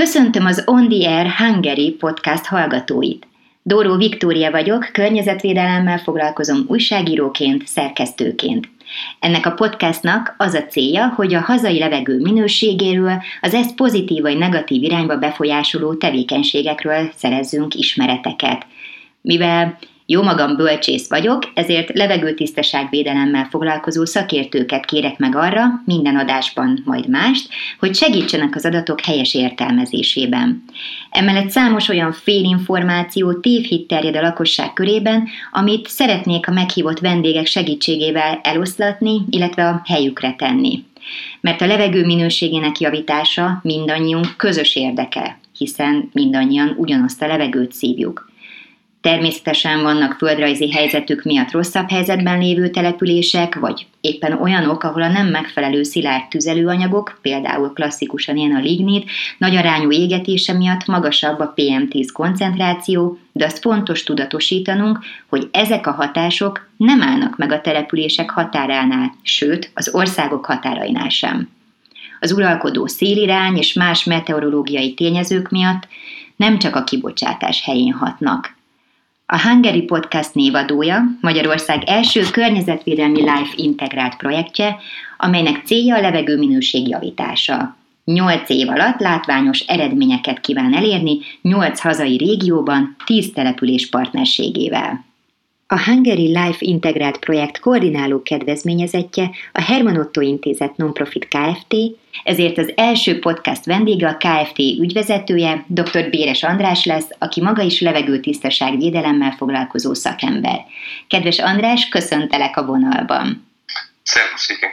Köszöntöm az On the Air Hungary podcast hallgatóit. Dóró Viktória vagyok, környezetvédelemmel foglalkozom újságíróként, szerkesztőként. Ennek a podcastnak az a célja, hogy a hazai levegő minőségéről, az ezt pozitív vagy negatív irányba befolyásoló tevékenységekről szerezzünk ismereteket. Mivel jómagam bölcsész vagyok, ezért levegőtisztaságvédelemmel foglalkozó szakértőket kérek meg arra, minden adásban majd mást, hogy segítsenek az adatok helyes értelmezésében. Emellett számos olyan félinformáció, tévhit terjed a lakosság körében, amit szeretnék a meghívott vendégek segítségével eloszlatni, illetve a helyükre tenni. Mert a levegő minőségének javítása mindannyiunk közös érdeke, hiszen mindannyian ugyanazt a levegőt szívjuk. Természetesen vannak földrajzi helyzetük miatt rosszabb helyzetben lévő települések, vagy éppen olyanok, ahol a nem megfelelő szilárd tüzelőanyagok, például klasszikusan ilyen a lignit, nagy arányú égetése miatt magasabb a PM10 koncentráció, de azt fontos tudatosítanunk, hogy ezek a hatások nem állnak meg a települések határánál, sőt, az országok határainál sem. Az uralkodó szélirány és más meteorológiai tényezők miatt nem csak a kibocsátás helyén hatnak. A Hungary Podcast névadója Magyarország első környezetvédelmi live integrált projektje, amelynek célja a levegőminőség javítása. 8 év alatt látványos eredményeket kíván elérni 8 hazai régióban 10 település partnerségével. A Hungary Life integrált projekt koordináló kedvezményezettje a Herman Otto Intézet Nonprofit Kft., ezért az első podcast vendége a Kft. Ügyvezetője, dr. Béres András lesz, aki maga is levegőtisztaságvédelemmel foglalkozó szakember. Kedves András, köszöntelek a vonalban! Szervusz, igen!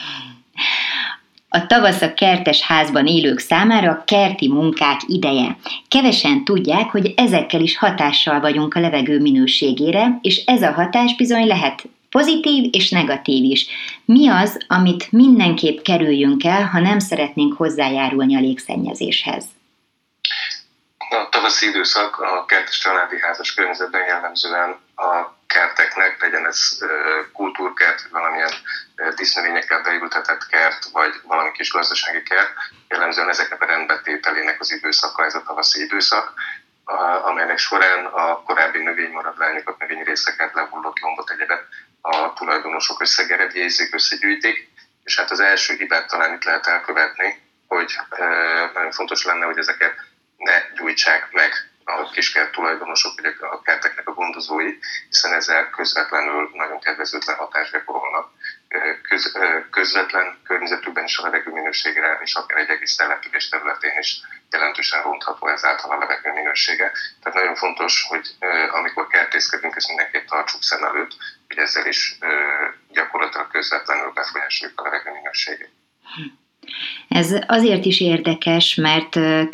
A tavasz a kertes házban élők számára a kerti munkák ideje. Kevesen tudják, hogy ezekkel is hatással vagyunk a levegő minőségére, és ez a hatás bizony lehet pozitív és negatív is. Mi az, amit mindenképp kerüljünk el, ha nem szeretnénk hozzájárulni a légszennyezéshez? A tavaszi időszak a kertes családi házas környezetben jellemzően a kerteknek, legyen ez kultúrkert, vagy valamilyen dísznövényekkel beültetett kert, vagy valami kis gazdasági kert, jellemzően ezeknek a rendbetételének az időszaka, ez a tavaszi időszak, amelynek során a korábbi növénymaradványokat, növényrészeket, lehullott lombot, egyebet a tulajdonosok összegerebjézik, összegyűjtik, és hát az első hibát talán itt lehet elkövetni, hogy nagyon fontos lenne, hogy ezeket ne gyújtsák meg a kiskert tulajdonosok, vagy a kerteknek a gondozói, hiszen ezzel közvetlenül nagyon kedvezőtlen hatást gyakorolnak. Közvetlen környezetükben is a levegő minőségre, és akár egy egész település területén is jelentősen rontható ezáltal a levegő minősége. Tehát nagyon fontos, hogy amikor kertészkedünk, ezt mindenképp tartsuk szem előtt, hogy ezzel is gyakorlatilag közvetlenül befolyásoljuk a levegő minőségét. Ez azért is érdekes, mert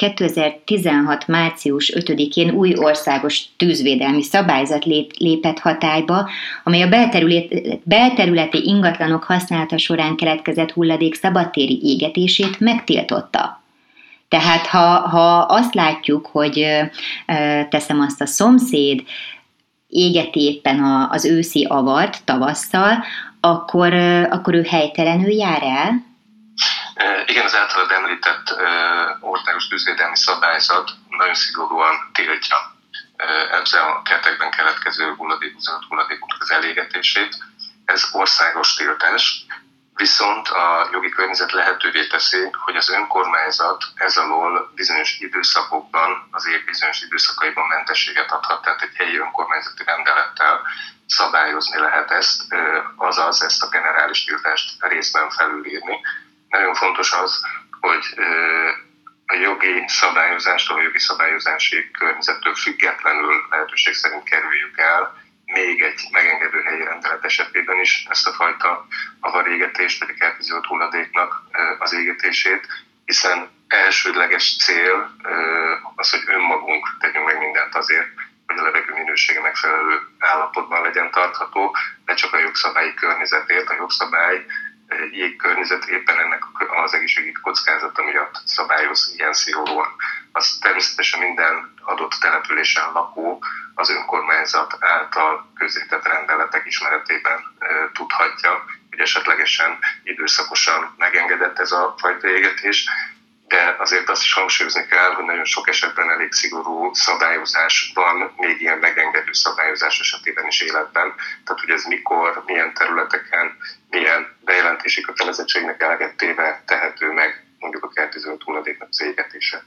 2016. március 5-én új országos tűzvédelmi szabályzat lépett hatályba, amely a belterületi ingatlanok használata során keletkezett hulladék szabadtéri égetését megtiltotta. Tehát ha azt látjuk, hogy teszem azt a szomszéd égeti éppen az őszi avart tavasszal, akkor ő helytelenül jár el? Igen, az általad említett országos tűzvédelmi szabályzat nagyon szigorúan tiltja ezzel a kertekben keletkező hulladékoknak az elégetését. Ez országos tiltás, viszont a jogi környezet lehetővé teszi, hogy az önkormányzat ez alól bizonyos időszakokban, az év bizonyos időszakaiban mentességet adhat, tehát egy helyi önkormányzati rendelettel szabályozni lehet ezt, azaz ezt a generális tiltást részben felülírni. Nagyon fontos az, hogy a jogi szabályozástól, a jogi szabályozási környezettől függetlenül lehetőség szerint kerüljük el még egy megengedő helyi rendelet esetében is ezt a fajta avarégetést, vagy a kerti zöld hulladéknak az égetését, hiszen elsődleges cél az, hogy önmagunk tegyünk meg mindent azért, hogy a levegő minősége megfelelő állapotban legyen tartható, de csak a jogszabályi környezetért, a jogszabály jégkörnyezet éppen ennek az egészségügyi kockázata miatt szabályoz ilyen szigorúan. Az természetesen minden adott településen lakó az önkormányzat által közzétett rendeletek ismeretében tudhatja, hogy esetlegesen időszakosan megengedett ez a fajta égetés, de azért azt is hangsúlyozni kell, hogy nagyon sok esetben elég szigorú szabályozás van, még ilyen megengedő szabályozás esetében is életben. Tehát, hogy ez mikor, milyen területeken, milyen bejelentési kötelezettségnek eleget téve tehető meg mondjuk a kerti zöld hulladéknak az égetése.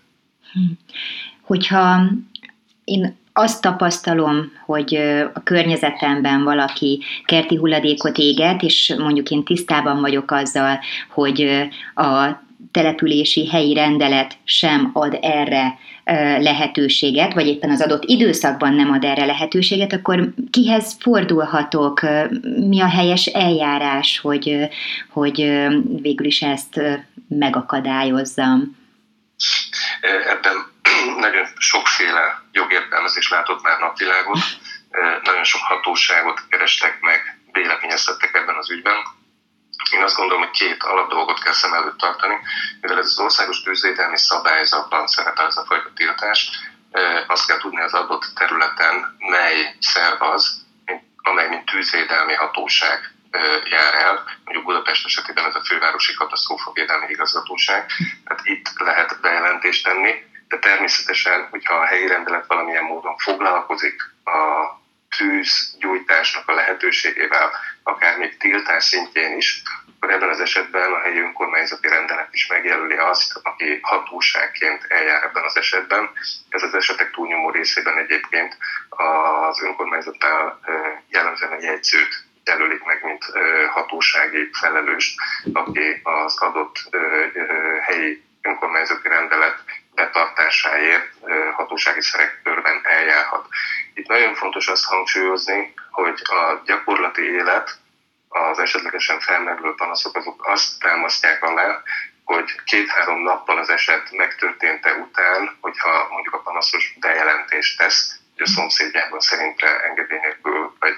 Hogyha én azt tapasztalom, hogy a környezetemben valaki kerti hulladékot éget, és mondjuk én tisztában vagyok azzal, hogy a települési helyi rendelet sem ad erre lehetőséget, vagy éppen az adott időszakban nem ad erre lehetőséget, akkor kihez fordulhatok? Mi a helyes eljárás, hogy végül is ezt megakadályozzam? Ebben nagyon sokféle jogértelmezés látott már napvilágot, nagyon sok hatóságot kerestek meg, véleményeztettek ebben az ügyben. Én azt gondolom, hogy két alapdolgot kell szem előtt tartani, mivel ez az országos tűzvédelmi szabályzatban szerepel ez a fajta tiltás, azt kell tudni az adott területen, mely szerv az, amely mint tűzvédelmi hatóság jár el. Mondjuk Budapest esetében ez a Fővárosi Katasztrófavédelmi Igazgatóság, tehát itt lehet bejelentést tenni, de természetesen, hogyha a helyi rendelet valamilyen módon foglalkozik a tűzgyújtásnak a lehetőségével, akár még tiltás szintjén is, akkor ebben az esetben a helyi önkormányzati rendelet is megjelöli azt, aki hatóságként eljár ebben az esetben. Ez az esetek túlnyomó részében egyébként az önkormányzatnál jellemzően a jegyzőt jelölik meg, mint hatósági felelőst, aki az adott helyi önkormányzati rendelet betartásáért hatósági szerepkörben eljárhat. Itt nagyon fontos azt hangsúlyozni, hogy a gyakorlati élet, az esetlegesen felmerülő panaszok azok azt támasztják alá, hogy 2-3 nappal az eset megtörténte után, hogyha mondjuk a panaszos bejelentést tesz, hogy a szomszédjában szerintem engedély nélkül, vagy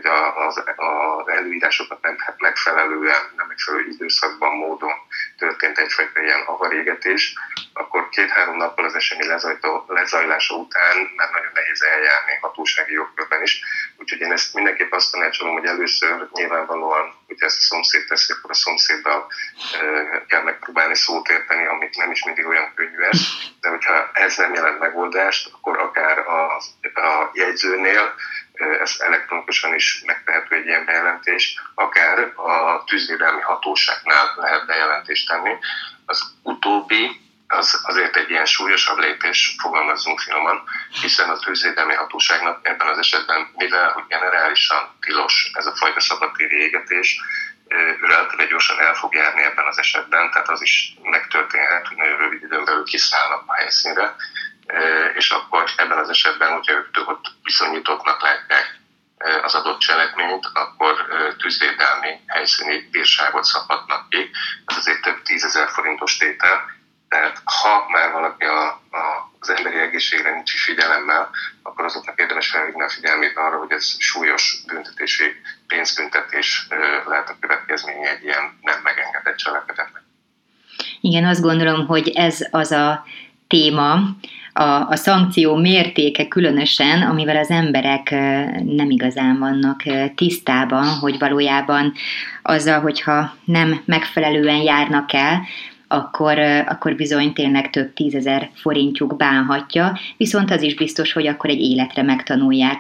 az előírásokat nem megfelelően, nem megfelelő időszakban, módon történt egyfajta ilyen avarégetés, akkor 2-3 nappal az esemény lezajlása után már nagyon nehéz eljárni hatósági jogkörben is. Úgyhogy én ezt mindenképp azt tanácsolom, hogy először nyilvánvalóan, hogyha ezt a szomszéd teszi, akkor a szomszéddal kell megpróbálni szót érteni, amit nem is mindig olyan könnyű ez, de hogyha ez nem jelent megoldást, akkor akár a jegyzőnél ez elektronikusan is megtehető egy ilyen bejelentés, akár a tűzvédelmi hatóságnál lehet bejelentést tenni. Az utóbbi az azért egy ilyen súlyosabb lépés, fogalmazzunk finoman, hiszen a tűzvédelmi hatóságnak ebben az esetben, mivel hogy generálisan tilos ez a fajta szabadtéri égetés, ő relatíve gyorsan el fog járni ebben az esetben, tehát az is megtörténhet, hogy nagyon rövid időn belül kiszállnak a helyszínre, és akkor ebben az esetben, hogyha ők ott viszonyítottnak látják az adott cselekményt, akkor tűzvédelmi helyszíni bírságot szabhatnak ki. Ez azért több 10 000 forintos tétel. Tehát ha már valaki az emberi egészségre nincs is figyelemmel, akkor azoknak érdemes felhívni a figyelmét arra, hogy ez súlyos büntetési pénzbüntetés lehet a következménye egy ilyen nem megengedett cselekedetnek. Igen, azt gondolom, hogy ez az a téma, a szankció mértéke különösen, amivel az emberek nem igazán vannak tisztában, hogy valójában azzal, hogyha nem megfelelően járnak el, akkor bizony tényleg több 10 000 forintjuk bánhatja, viszont az is biztos, hogy akkor egy életre megtanulják,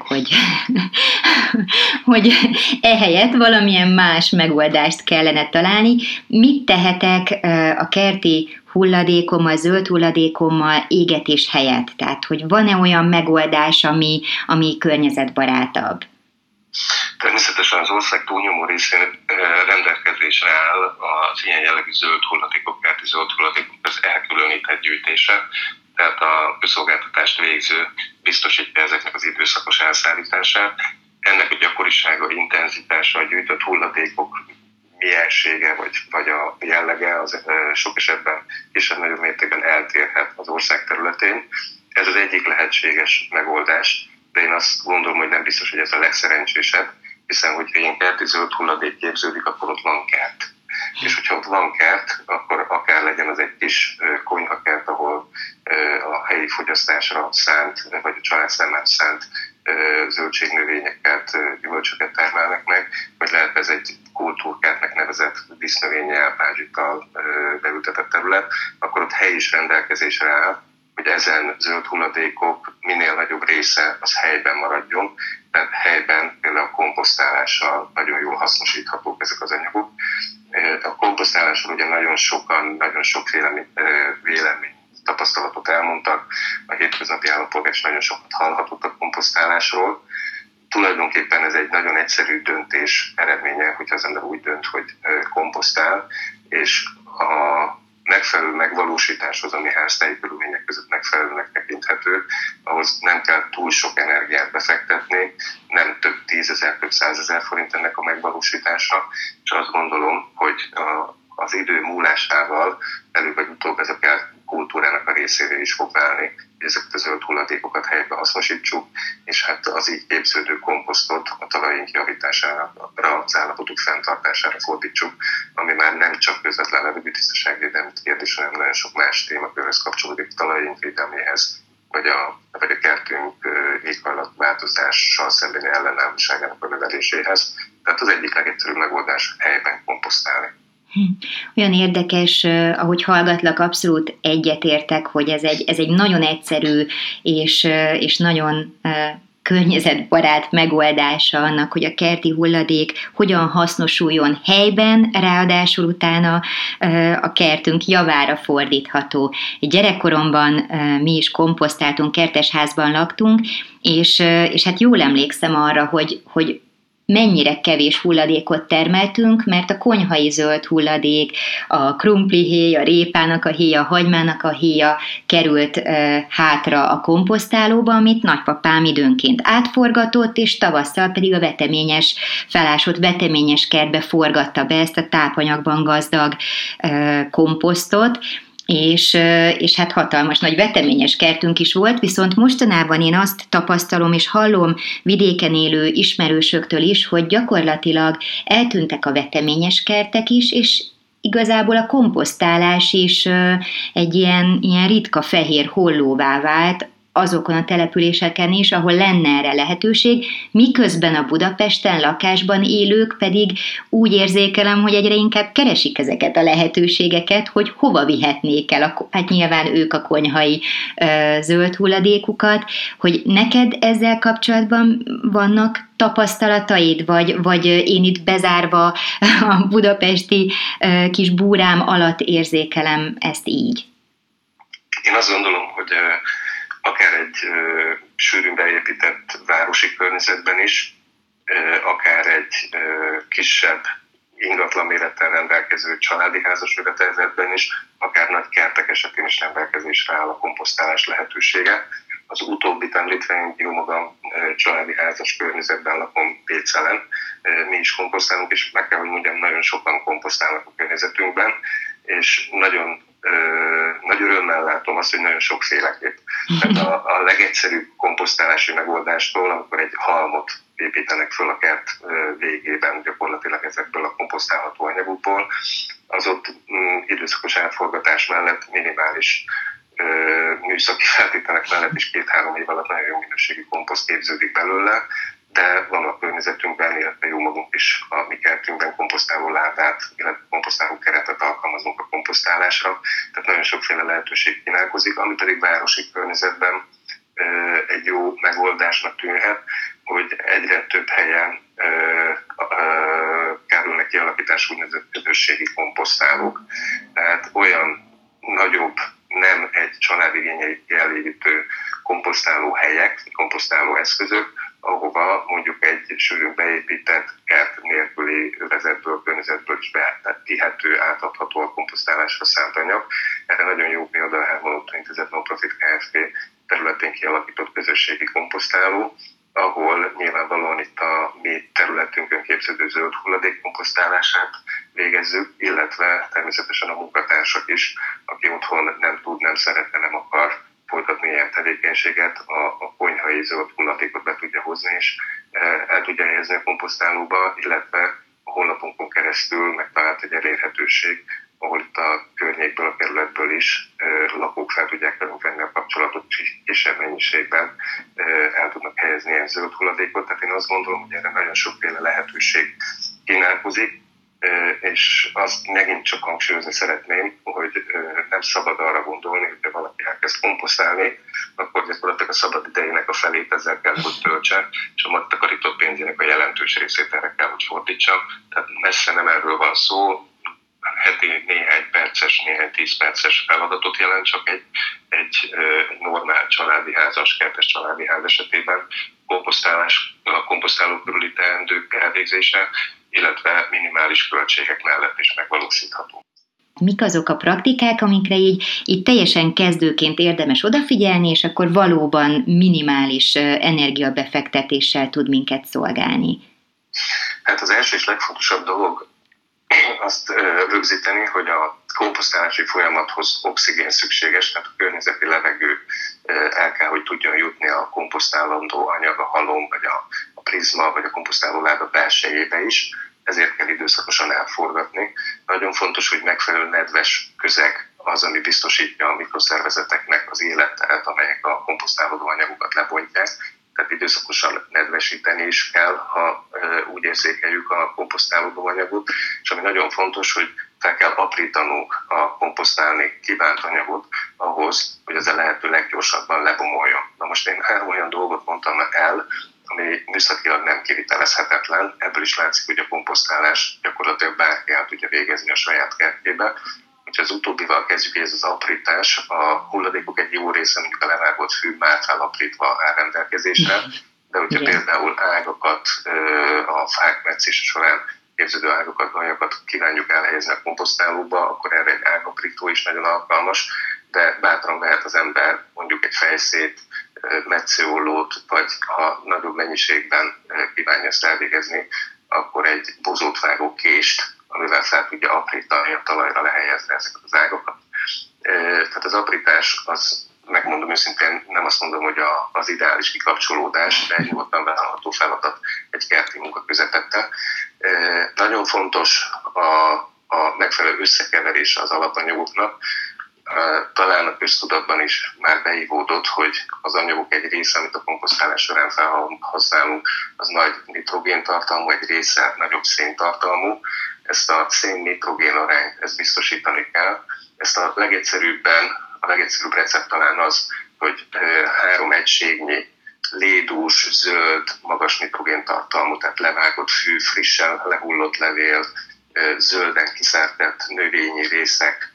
hogy ehelyett valamilyen más megoldást kellene találni. Mit tehetek a kerti hulladékommal, zöld hulladékommal égetés helyett? Tehát, hogy van-e olyan megoldás, ami környezetbarátabb? Természetesen az ország túlnyomó részén rendelkezésre áll az ilyen jellegű zöld hulladékok, kerti zöld hulladékok az elkülönített gyűjtése, tehát a közszolgáltatást végző biztosítja ezeknek az időszakos elszállítását. Ennek a gyakorisága, intenzitása, a gyűjtött hulladékok miensége vagy a jellege az sok esetben kisebb-nagyobb mértékben eltérhet az ország területén. Ez az egyik lehetséges megoldás, de én azt gondolom, hogy nem biztos, hogy ez a legszerencsésebb, hiszen hogyha ilyen kerti zöld hulladék képződik, akkor ott van kert. És hogyha ott van kert, akkor akár legyen az egy kis konyhakert, ahol a helyi fogyasztásra szánt, vagy a család számára szánt zöldségnövényeket, gyümölcsöket termelnek meg, vagy lehet ez egy kultúrkertnek nevezett disznövényel, pázsittal beültetett terület, akkor ott hely is rendelkezésre áll, hogy ezen zöld hulladékok minél nagyobb része az helyben maradjon, tehát helyben például a komposztálással nagyon jól hasznosíthatók ezek az anyagok. A komposztálásról ugye nagyon sokan, nagyon sokféle vélemény, tapasztalatot elmondtak, a hétköznapi állampolgár is nagyon sokat hallhatott a komposztálásról. Tulajdonképpen ez egy nagyon egyszerű döntés eredménye, hogyha az ember úgy dönt, hogy komposztál, és a megfelelő megvalósításhoz, ami háztáji körülmények között megfelelőnek tekinthető, ahhoz nem kell túl sok energiát befektetni, nem több 10 000, több 100 000 forint ennek a megvalósítása, és azt gondolom, hogy az idő múlásával előbb vagy utóbb ez a kultúrának a részévé is fog válni, hogy ezeket a zöld hulladékokat helyben hasznosítsuk, és hát az így képződő komposztot a talajunk javítására, az állapotuk fenntartására fordítsuk, ami már nem csak közvetlen levegőtisztaságvédelmi kérdés, hanem nagyon sok más témakörhöz kapcsolódik, talajunk védelméhez, vagy a kertünk éghajlatváltozással szembeni ellenállóságának a növeléséhez. Tehát az egyik legegyszerűbb megoldás helyben komposztálni. Olyan érdekes, ahogy hallgatlak, abszolút egyetértek, hogy ez egy nagyon egyszerű és nagyon környezetbarát megoldása annak, hogy a kerti hulladék hogyan hasznosuljon helyben, ráadásul utána a kertünk javára fordítható. Gyerekkoromban mi is komposztáltunk, kertesházban laktunk, és hát jól emlékszem arra, hogy mennyire kevés hulladékot termeltünk, mert a konyhai zöld hulladék, a krumplihéj, a répának a héja, a hagymának a héja került hátra a komposztálóba, amit nagypapám időnként átforgatott, és tavasszal pedig a veteményes, felásott veteményes kertbe forgatta be ezt a tápanyagban gazdag komposztot, és hát hatalmas nagy veteményes kertünk is volt, viszont mostanában én azt tapasztalom és hallom vidéken élő ismerősöktől is, hogy gyakorlatilag eltűntek a veteményes kertek is, és igazából a komposztálás is egy ilyen ritka fehér hollóvá vált azokon a településeken is, ahol lenne erre lehetőség, miközben a Budapesten lakásban élők pedig úgy érzékelem, hogy egyre inkább keresik ezeket a lehetőségeket, hogy hova vihetnék el, hát nyilván ők a konyhai zöld hulladékukat, hogy neked ezzel kapcsolatban vannak tapasztalataid, vagy én itt bezárva a budapesti kis búrám alatt érzékelem ezt így? Én azt gondolom, hogy akár egy sűrűn beépített városi környezetben is, akár egy kisebb ingatlan mérettel rendelkező családi házas övetelzetben is, akár nagy kertek esetén is rendelkezésre áll a komposztálás lehetősége. Az utóbbit említve, én jó magam családi házas környezetben lakom Pécelen, mi is komposztálunk, és meg kell, hogy mondjam, nagyon sokan komposztálnak a környezetünkben, és nagyon nagy örömmel látom azt, hogy nagyon sokféleképp. Tehát a legegyszerűbb komposztálási megoldástól, amikor egy halmot építenek föl a kert végében gyakorlatilag ezekből a komposztálható anyagokból, az ott időszakos átforgatás mellett minimális műszaki feltételek mellett is 2-3 év alatt nagyon jó minőségű komposzt képződik belőle, de van a környezetünkben, illetve jó magunk is a mi kertünkben komposztáló ládát, illetve komposztáló keretet alkalmazunk a komposztálásra, tehát nagyon sokféle lehetőség kínálkozik, ami pedig városi környezetben egy jó megoldásnak tűnhet, hogy egyre több helyen kerülnek kialakítású úgynevezett közösségi komposztálók. Tehát olyan nagyobb, nem egy családigényeit kielégítő komposztáló helyek, komposztáló eszközök, ahova mondjuk egy sűrűn beépített kert nélküli övezetből, környezetből is kihető, átadható a komposztálásra szánt anyag. Erre nagyon jó példa a Herman Otto Intézet Non-Profit Kft. Területén kialakított közösségi komposztáló, ahol nyilvánvalóan itt a mi területünkön képződő zöld hulladék komposztálását végezzük, illetve természetesen a munkatársak is, aki otthon nem tud, nem szeretne, nem akar folytatni ilyen tevékenységet, a konyhai zöld hulladékot be tudja hozni, és el tudja helyezni a komposztálóba, illetve a honlapunkon keresztül megtalált egy elérhetőség, ahol itt a környékből, a kerületből is lakók fel tudják velünk venni a kapcsolatot, és kisebb mennyiségben el tudnak helyezni ilyen zöld hulladékot. Tehát én azt gondolom, hogy erre nagyon sokféle lehetőség kínálkozik, és azt megint csak hangsúlyozni szeretném, hogy nem szabad arra gondolni, hogy valaki elkezd komposztálni, akkor gyakorlatilag a szabad idejének a felét ezzel kell, hogy töltse, és a megtakarított pénzének a jelentős részét erre kell, hogy fordítsa. Tehát messze nem erről van szó, heti néhány perces, néhány 10 perces feladatot jelent csak egy normál családi házas, kertes családi ház esetében komposztálás, a komposztáló körüli teendők elvégzése, illetve minimális költségek mellett is megvalósítható. Mik azok a praktikák, amikre így teljesen kezdőként érdemes odafigyelni, és akkor valóban minimális energiabefektetéssel tud minket szolgálni? Hát az első és legfontosabb dolog azt rögzíteni, hogy a komposztálási folyamathoz oxigén szükséges, tehát a környezeti levegő el kell, hogy tudjon jutni a komposztálandó anyag, a halom, vagy a prizma, vagy a komposztálóláda belsejébe is, ezért kell időszakosan elforgatni. Nagyon fontos, hogy megfelelő nedves közeg az, ami biztosítja a mikroszervezeteknek az életteret, amelyek a komposztálódó anyagokat lebontják. Tehát időszakosan nedvesíteni is kell, ha úgy érzékeljük a komposztálódó anyagot, és ami nagyon fontos, hogy fel kell aprítanunk a komposztálni kívánt anyagot ahhoz, hogy ez a lehető leggyorsabban lebomoljon. Na most én 3 olyan dolgot mondtam el, ami műszakilag nem kivitelezhetetlen. Ebből is látszik, hogy a komposztálás gyakorlatilag bárki el tudja végezni a saját kertjébe. Ha az utóbbival kezdjük, hogy ez az aprítás, a hulladékok egy jó része, mondjuk a levágott fű már felaprítva áll rendelkezésre, de hogyha például ágakat, a fák metszése során képződő ágakat, gajakat kívánjuk elhelyezni a komposztálóba, akkor erre egy ágaprító is nagyon alkalmas, de bátran vehet az ember mondjuk egy fejszét, metszőollót, vagy ha nagyobb mennyiségben kívánja ezt elvégezni, akkor egy bozót vágó kést, amivel fel tudja aprítani, a talajra lehelyezni ezeket az ágakat. Tehát az aprítás, az megmondom őszintén, nem azt mondom, hogy az ideális kikapcsolódás, de egy nyugodtan vállalható feladat egy kerti munka közepette. Nagyon fontos a megfelelő összekeverése az alapanyagoknak. Talán a köztudatban is már beívódott, hogy az anyagok egy része, amit a komposztálás során felhasználunk, az nagy nitrogéntartalmú, egy része nagyobb széntartalmú. Ezt a szén-nitrogén arányt, ezt biztosítani kell. Ezt a legegyszerűbb recept talán az, hogy 3 egységnyi lédús, zöld, magas nitrogéntartalmú, tehát levágott fű, frissen lehullott levél, zölden kiszertett növényi részek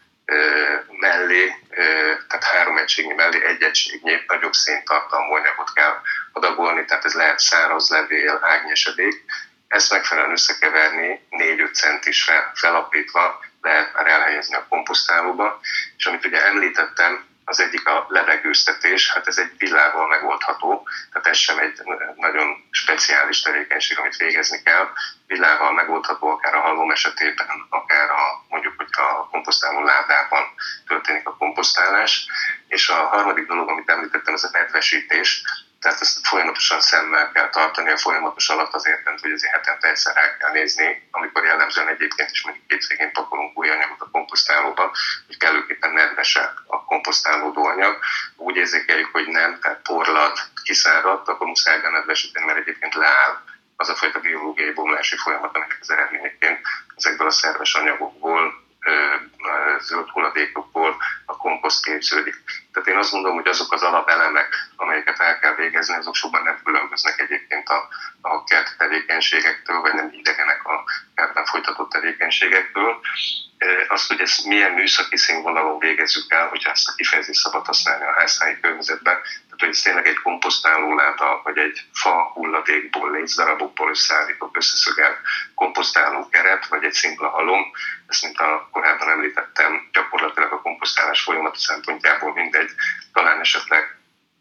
mellé, tehát 3 egységnyi mellé 1 egységnyi nagyobb széntartalmú anyagot kell adagolni, tehát ez lehet száraz levél, ágnyesedék. Ezt megfelelően összekeverni 4-5 centisre felapítva lehet már elhelyezni a komposztálóba, és amit ugye említettem, az egyik a levegőztetés, hát ez egy villával megoldható, tehát ez sem egy nagyon speciális tevékenység, amit végezni kell. Villával megoldható akár a halom esetében, akár mondjuk, hogy a komposztáló ládában történik a komposztálás. És a harmadik dolog, amit említettem, ez a nedvesítés. Tehát ezt folyamatosan szemmel kell tartani, a folyamatos alatt az értendő, hogy azért hetente egyszer rá kell nézni, amikor jellemzően egyébként is mondjuk hétvégén pakolunk új anyagot a komposztálóba, hogy kellőképpen nedvesek a komposztálódó anyag. Úgy érzékeljük, hogy nem, tehát porlad, kiszáradt, akkor muszáj nedvesíteni, mert egyébként leáll az a fajta biológiai bomlási folyamat, aminek az eredményeként ezekből a szerves anyagokból, zöld hulladékokból a komposzt képződik. Tehát én azt mondom, hogy azok az alapelemek, amelyeket el kell végezni, azok sokan nem különböznek egyébként a kert tevékenységektől, vagy nem idegenek a kertben folytatott tevékenységektől. Azt, hogy ezt milyen műszaki színvonalon végezzük el, hogyha ezt a kifejezést szabad használni a háztáji környezetben, tehát hogy ez tényleg egy komposztálóláda, vagy egy fa hulladékból, lécdarabokból összeállított, összeszögelt komposztáló keret, vagy egy szimpla halom, ezt, mint korábban említettem, gyakorlatilag a komposztálás folyamata szempontjából mindegy, talán esetleg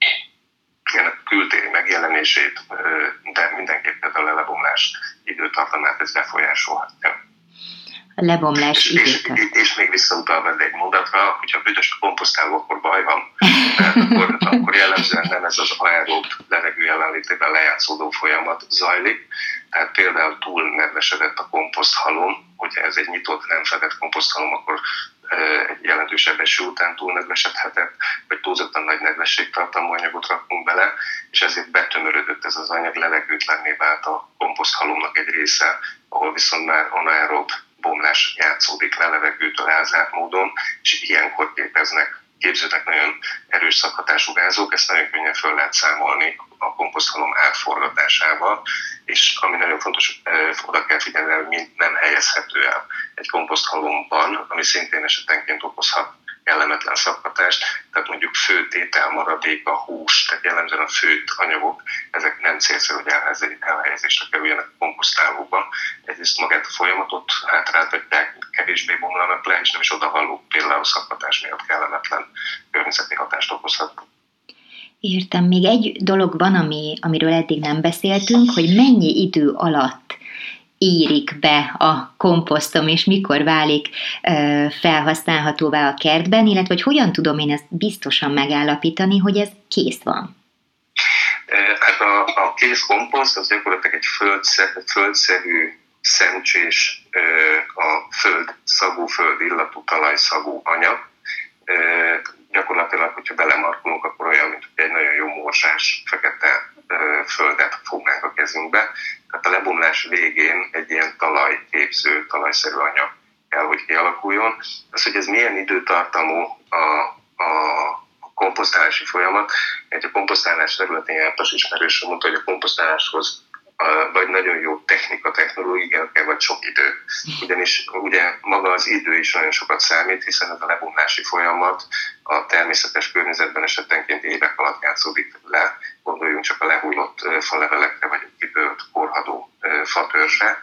ilyen kültéri megjelenését, de mindenképpen a lebomlás időtartamát ez befolyásolhatja. A lebomlás időtartam. És még visszautalva egy mondatra, hogyha büdös a komposztáló, akkor baj van, mert akkor jellemzően nem ez az aerob levegő jelenlétében lejátszódó folyamat zajlik, tehát például túl nedvesedett a komposzthalom, hogyha ez egy nyitott, nem fedett komposzthalom, akkor egy jelentősebb eső után túl nedvesedhetett, vagy túlzottan nagy nedvességtartalmú anyagot rakunk bele, és ezért betömörödött ez az anyag, levegőtlenné vált a komposzthalomnak egy része, ahol viszont már anaerob bomlás játszódik le levegőtől elzárt módon, és ilyenkor képződnek nagyon erős szakhatású gázok, ezt nagyon könnyen föl lehet számolni a komposzthalom átforgatásával, és ami nagyon fontos, oda kell figyelni, hogy nem helyezhető el egy komposzthalomban, ami szintén esetenként okozhat kellemetlen szakhatást, tehát mondjuk főtétel, maradék, a hús, tehát jellemzően a főtt anyagok, ezek nem célszerű, hogy elhelyezésre kerüljenek a komposztálóba. Egyrészt magát a folyamatot hátráltatják, kevésbé bomlanak le, és nem is odavalló, például szakhatás miatt kellemetlen környezeti hatást okozhat. Értem, még egy dolog van, amiről eddig nem beszéltünk, hogy mennyi idő alatt érik be a komposztom, és mikor válik felhasználhatóvá a kertben, illetve hogy hogyan tudom én ezt biztosan megállapítani, hogy ez kész van? Hát a kész komposzt az gyakorlatilag egy földszerű, szemcsés, a föld illatú, talajszagú anyag. Gyakorlatilag, hogyha belemarkolunk, akkor olyan, mint egy nagyon jó morzsás, fekete földet fognánk a kezünkbe. Tehát a lebomlás végén egy ilyen talajképző, talajszerű anyag kell, hogy kialakuljon. Az, hogy ez milyen időtartamú a komposztálási folyamat, a komposztálás területén jártas ismerős mondta, hogy a komposztáláshoz vagy nagyon jó technológia kell, vagy sok idő. Ugyanis ugye maga az idő is nagyon sokat számít, hiszen ez a lebomlási folyamat a természetes környezetben esetenként évek alatt játszódik le. Gondoljunk csak a lehullott falevelekre, vagy a kibőlt korhadó fatörzsre.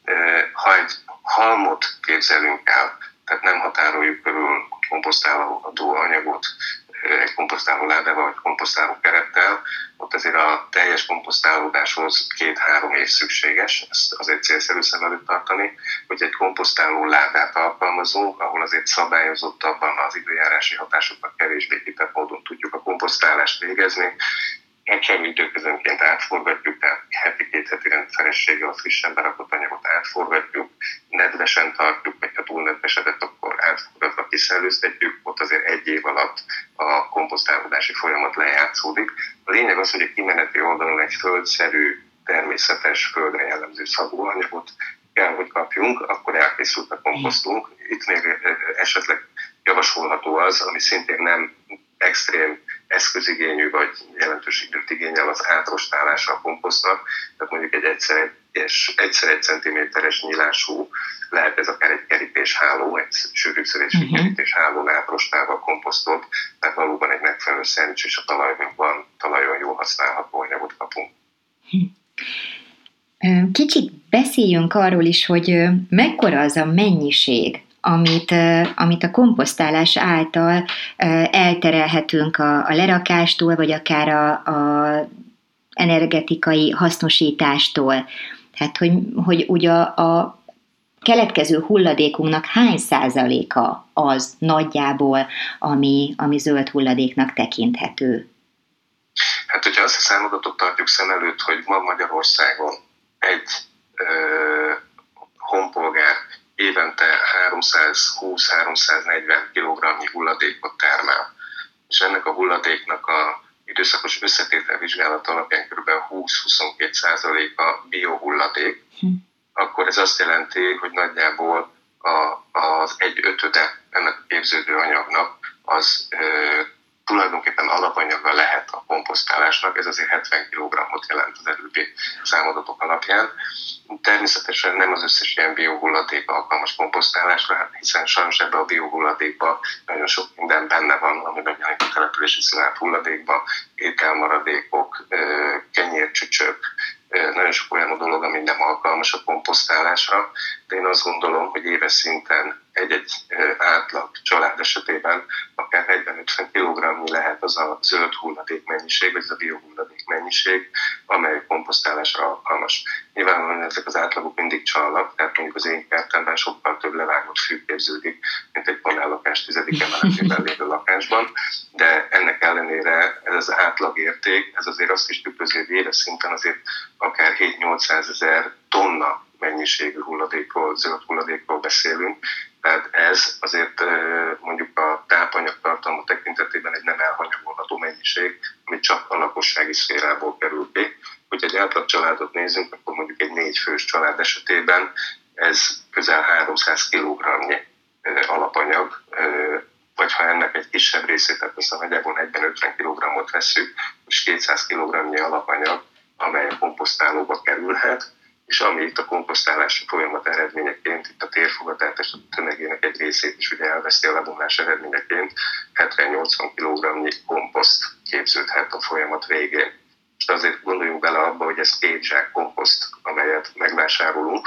Ha egy halmot képzelünk el, tehát nem határoljuk körül komposztálódó anyagot egy komposztáló ládával, vagy komposztáló kerettel, ott azért a teljes komposztálódáshoz 2-3 év szükséges, ezt azért célszerű szem előtt tartani, hogy egy komposztáló ládát alkalmazunk, ahol azért szabályozottabban az időjárási hatásoknak kevésbé kitett módon tudjuk a komposztálást végezni. Megfelelő időközönként átforgatjuk, tehát heti-2 heti rendszerességgel a frissen berakott anyagot átforgatjuk, nedvesen tartjuk, vagy ha túl nedvesedett, akkor átforgatva kiszellőztetjük, ott azért 1 év alatt a komposztálódási folyamat lejátszódik. A lényeg az, hogy a kimeneti oldalon egy földszerű, természetes, földre jellemző szagú anyagot kell, hogy kapjunk, akkor elkészült a komposztunk. Itt még esetleg javasolható az, ami szintén nem extrém eszközigényű vagy jelentős időt igényel, az átrostálása a komposztnak, tehát mondjuk egy egyszer 1 cm-es nyílású, lehet ez akár egy kerítésháló, egy sűrűszövésű kerítéshálón átrostálva a komposztot, tehát valóban egy megfelelő szerencs és a talajon jól használható anyagot kapunk. Kicsit beszéljünk arról is, hogy mekkora az a mennyiség, amit a komposztálás által elterelhetünk a lerakástól, vagy akár a energetikai hasznosítástól. Tehát, hogy ugye a keletkező hulladékunknak hány százaléka az nagyjából, ami zöld hulladéknak tekinthető? Hát, hogyha azt a számadatot tartjuk szem előtt, hogy ma Magyarországon egy honpolgár évente 320-340 kg hulladékot termel, és ennek a hulladéknak a időszakos összetételvizsgálat alapján kb. 20-22% biohulladék, akkor ez azt jelenti, hogy nagyjából az 1/5 ennek a képződő anyagnak az tulajdonképpen alapanyaga lehet a komposztálásnak, ez azért 70 kg-ot jelent az előbbi számadatok alapján. Természetesen nem az összes ilyen biohulladék alkalmas komposztálásra, hiszen sajnos ebben a biohulladékban nagyon sok minden benne van, ami megjelenik a települési színállt hulladékban, ételmaradékok, kenyércsücsök, nagyon sok olyan dolog, ami nem alkalmas a komposztálásra, de én azt gondolom, hogy éves szinten egy-egy átlag család esetében akár 40-50 kg lehet az a zöld hulladék mennyiség, vagy az a biohulladék mennyiség, amely komposztálásra alkalmas. Nyilvánvalóan ezek az átlagok mindig csalnak, tehát mondjuk az én kertemben sokkal több levágott fű képződik, mint egy panellakás 10. emeletében lévő lakásban, de ennek ellenére ez az átlagérték, ez azért azt is tükrözi, hogy éves szinten azért akár 7-800 ezer tonna mennyiségű hulladékról, zöld hulladékról beszélünk, tehát ez azért mondjuk a tápanyagtartalma tekintetében egy nem elhanyagolható mennyiség, ami csak a lakossági szférából kerül ki. Hogyha egy átlag családot nézünk, akkor mondjuk egy 4 fős család esetében ez közel alapanyag, vagy ha ennek egy kisebb részét, tehát azt a nagyjából 40-50 kg-ot vesszük, és 200 kg-nyi alapanyag, amely a komposztálóba kerülhet, és ami itt a komposztálási folyamat eredményeként, itt a térfogatás tömegének egy részét is ugye elveszti a lebomlás eredményeként, 70-80 kg-nyi komposzt képződhet a folyamat végén. Most azért gondoljunk bele abba, hogy ez 2 zsák komposzt, amelyet megvásárolunk,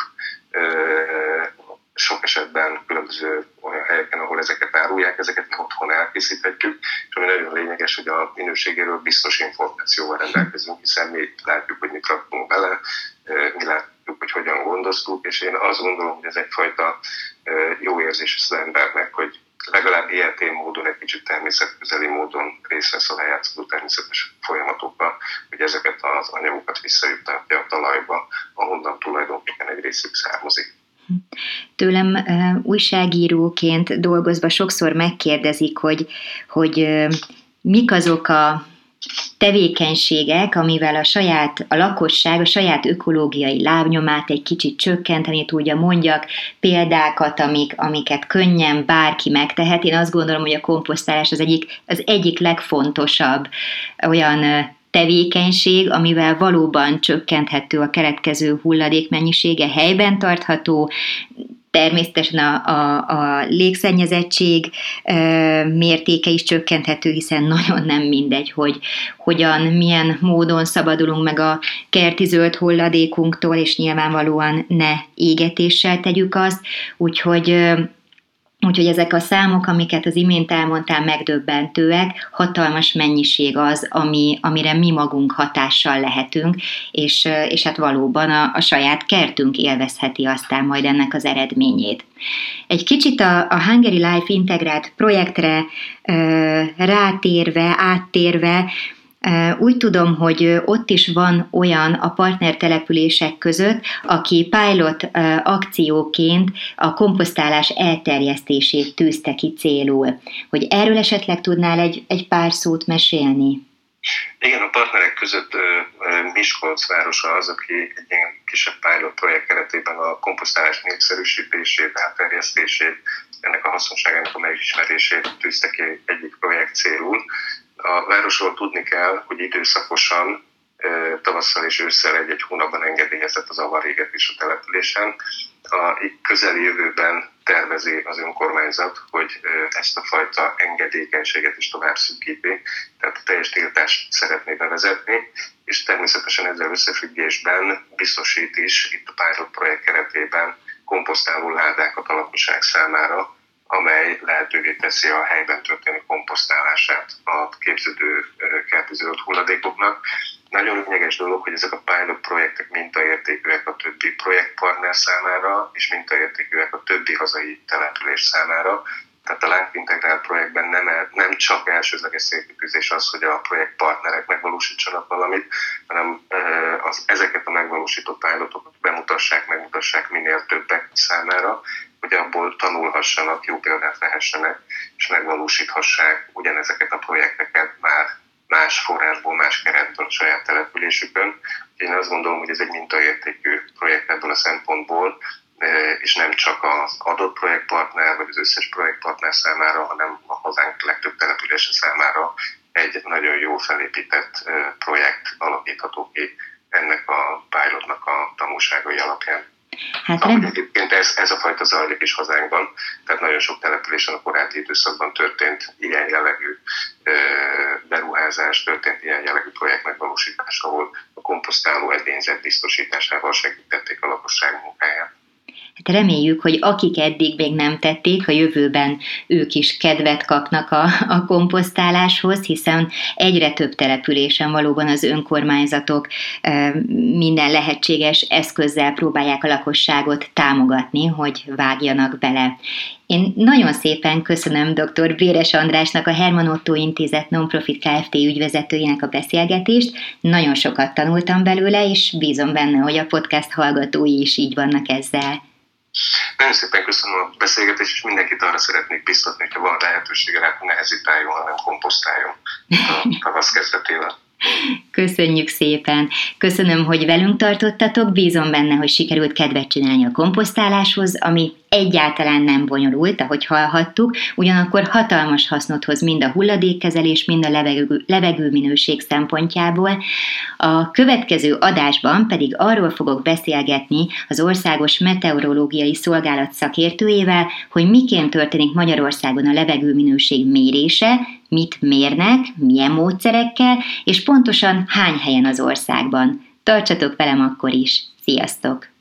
sok esetben különböző olyan helyeken, ahol ezeket árulják, ezeket mi otthon elkészíthetjük, és ami nagyon lényeges, hogy a minőségéről biztos információval rendelkezünk, hiszen mi látjuk, hogy mit rakunk bele, mi látjuk, hogy hogyan gondoztuk, és én azt gondolom, hogy ez egyfajta jó érzés az embernek, hogy legalább ilyetén módon, egy kicsit természetközeli módon részt vesz a lejátszódó természetes folyamatokban, hogy ezeket az anyagokat visszajuttatja a talajba, ahonnan tulajdonképpen egy részük származik. Tőlem újságíróként dolgozva sokszor megkérdezik, hogy mik azok a tevékenységek, amivel a lakosság a saját ökológiai lábnyomát egy kicsit csökkenteni tudja, mondjak példákat, amiket könnyen bárki megtehet. Én azt gondolom, hogy a komposztálás az egyik legfontosabb olyan tevékenység, amivel valóban csökkenthető a keletkező hulladék mennyisége, helyben tartható, természetesen a légszennyezettség mértéke is csökkenthető, hiszen nagyon nem mindegy, hogy milyen módon szabadulunk meg a kerti zöld hulladékunktól, és nyilvánvalóan ne égetéssel tegyük azt, Úgyhogy ezek a számok, amiket az imént elmondtál, megdöbbentőek, hatalmas mennyiség az, amire mi magunk hatással lehetünk, és hát valóban a saját kertünk élvezheti aztán majd ennek az eredményét. Egy kicsit a Hungary Life integrált projektre áttérve, úgy tudom, hogy ott is van olyan a partnertelepülések között, aki pilot akcióként a komposztálás elterjesztését tűzte ki célul. Hogy erről esetleg tudnál egy pár szót mesélni? Igen, a partnerek között Miskolc városa az, aki egy ilyen kisebb pilot projekt keretében a komposztálás népszerűsítését, elterjesztését, ennek a hasznosságának a megismerését tűzte ki egyik projekt célul. A városról tudni kell, hogy időszakosan tavasszal és ősszel egy hónapban engedélyezett az avarégetés a településen. A közeli jövőben tervezi az önkormányzat, hogy ezt a fajta engedékenységet is tovább szűkíti, tehát a teljes tiltást szeretné bevezetni, és természetesen ezzel összefüggésben biztosít is itt a pilot projekt keretében komposztáló ládákat a lakosság számára, amely lehetővé teszi a helyben történő komposztálását a képződő kerti zöld hulladékoknak. Nagyon lényeges dolog, hogy ezek a pilot projektek mintaértékűek a többi projektpartner számára, és mintaértékűek a többi hazai település számára. Tehát a LIFE integrált projektben nem csak elsődleges célkitűzés az, hogy a projektpartnerek megvalósítsanak valamit, hanem ezeket a megvalósított pilotokat megmutassák minél többek számára, hogy abból tanulhassanak, jó példát vehessenek, és megvalósíthassák ugyanezeket a projekteket már más forrásból, más keretből a saját településükön. Én azt gondolom, hogy ez egy mintaértékű projekt ebből a szempontból, és nem csak az adott projektpartner, vagy az összes projektpartner számára, hanem a hazánk legtöbb települése számára egy nagyon jól felépített projekt alakítható ki ennek a pilotnak a tanulságai alapján. Ahogy egyébként ez a fajta zajlik is hazánkban, tehát nagyon sok településen a korábbi időszakban történt ilyen jellegű beruházás, történt ilyen jellegű projekt megvalósítás, ahol a komposztáló edényzet biztosításával segítették a lakosság munkáját. Hát reméljük, hogy akik eddig még nem tették, a jövőben ők is kedvet kapnak a komposztáláshoz, hiszen egyre több településen valóban az önkormányzatok minden lehetséges eszközzel próbálják a lakosságot támogatni, hogy vágjanak bele. Én nagyon szépen köszönöm dr. Béres Andrásnak, a Herman Ottó Intézet Non-Profit Kft. Ügyvezetőjének a beszélgetést. Nagyon sokat tanultam belőle, és bízom benne, hogy a podcast hallgatói is így vannak ezzel. Nagyon szépen köszönöm a beszélgetést, és mindenkit arra szeretnék biztatni, hogyha van lehetősége rá, hogy ne hezitáljon, hanem komposztáljon a tavasz kezdetével. Köszönjük szépen! Köszönöm, hogy velünk tartottatok, bízom benne, hogy sikerült kedvet csinálni a komposztáláshoz, ami egyáltalán nem bonyolult, ahogy hallhattuk, ugyanakkor hatalmas hasznot hoz mind a hulladékkezelés, mind a levegőminőség szempontjából. A következő adásban pedig arról fogok beszélgetni az Országos Meteorológiai Szolgálat szakértőjével, hogy miként történik Magyarországon a levegőminőség mérése, mit mérnek, milyen módszerekkel, és pontosan hány helyen az országban. Tartsatok velem akkor is! Sziasztok!